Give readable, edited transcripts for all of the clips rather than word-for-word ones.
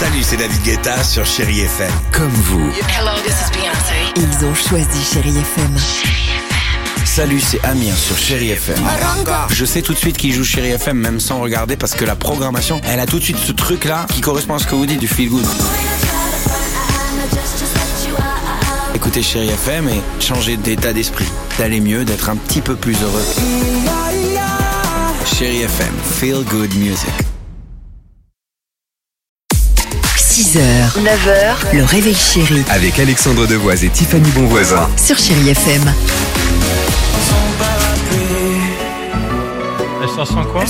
Salut, c'est David Guetta sur Chérie FM. Comme vous. Hello, this is Beyoncé. Ils ont choisi Chérie FM. Salut, c'est Amir sur Chérie FM. Je sais tout de suite qui joue Chérie FM, même sans regarder, parce que la programmation, elle a tout de suite ce truc-là qui correspond à ce que vous dites du feel good. Écoutez Chérie FM et changez d'état d'esprit, d'aller mieux, d'être un petit peu plus heureux. Chérie FM, feel good music. 6h, 9h, le réveil chéri Avec Alexandre Devoise et Tiffany Bonvoisin. sur Chérie FM. La chanson quoi?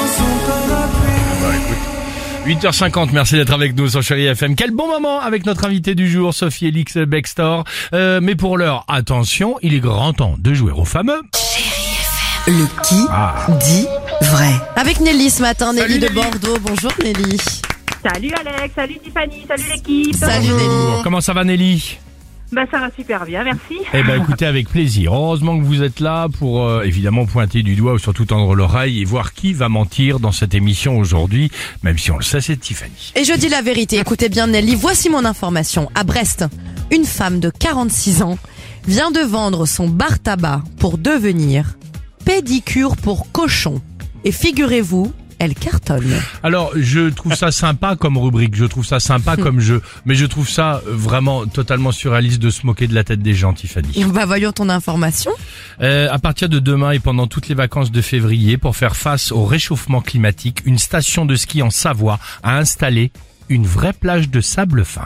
Bah écoute, 8h50, merci d'être avec nous sur Chérie FM. Quel bon moment avec notre invité du jour, Sophie Elix Bextor. Mais pour l'heure, attention, il est grand temps de jouer au fameux Le qui dit vrai. Avec Nelly ce matin, Nelly de Nelly. Bordeaux. Bonjour Nelly. Salut Alex, salut Tiffany, salut l'équipe. Salut Nelly. Comment ça va Nelly? Bah ça va super bien, merci. Eh ben écoutez, avec plaisir. Heureusement que vous êtes là pour évidemment pointer du doigt ou surtout tendre l'oreille et voir qui va mentir dans cette émission aujourd'hui, même si on le sait, c'est Tiffany. Et je dis la vérité, écoutez bien Nelly, voici mon information. À Brest, une femme de 46 ans vient de vendre son bar tabac pour devenir pédicure pour cochon. Et figurez-vous, elle cartonne. Alors, je trouve ça sympa comme rubrique, je trouve ça sympa comme jeu, mais je trouve ça vraiment totalement surréaliste de se moquer de la tête des gens, Tiffany. Bah voyons ton information. À partir de demain et pendant toutes les vacances de février, pour faire face au réchauffement climatique, une station de ski en Savoie a installé une vraie plage de sable fin.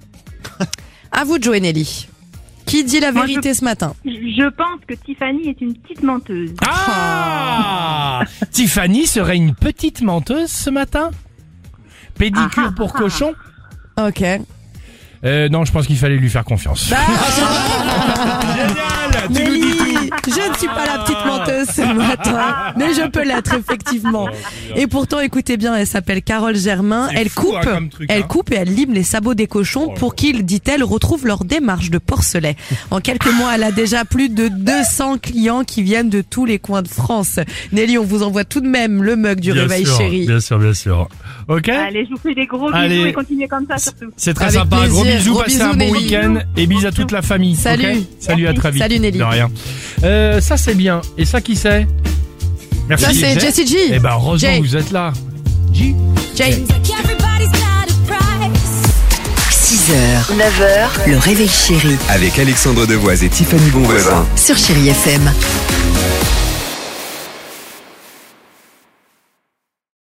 À vous de jouer Nelly. Qui dit la Moi, vérité ce matin? Je pense que Tiffany est une petite menteuse. Ah Tiffany serait une petite menteuse ce matin? Pédicure pour cochon? Ok. Non, je pense qu'il fallait lui faire confiance. Génial. Tu nous dis Nelly, je ne suis pas la petite menteuse ce matin, mais je peux l'être effectivement. Et pourtant, écoutez bien, elle s'appelle Carole Germain. C'est Elle fou, coupe, comme truc, elle hein. coupe et elle lime les sabots des cochons pour qu'ils, dit-elle, retrouvent leur démarche de porcelet. En quelques mois, elle a déjà plus de 200 clients qui viennent de tous les coins de France. Nelly, on vous envoie tout de même le mug du Bien réveil sûr, chéri. Bien sûr, bien sûr. Ok. Allez, je vous fais des gros bisous Allez. et continuez comme ça surtout. C'est très Avec sympa. Un gros plaisir. bisou, Gros passez bisous, un bon Nelly. week-end et bisous à toute la famille. Salut. Ok. Salut, à très vite. Salut, Nelly. De rien. Ça c'est bien. Et ça qui c'est? Merci. Ça, c'est Jessie G. Eh ben heureusement Jay. que vous êtes là. G. Jay. 6h, 9h, le réveil chéri Avec Alexandre Devoise et Tiffany Bonvoisin. sur Chérie FM.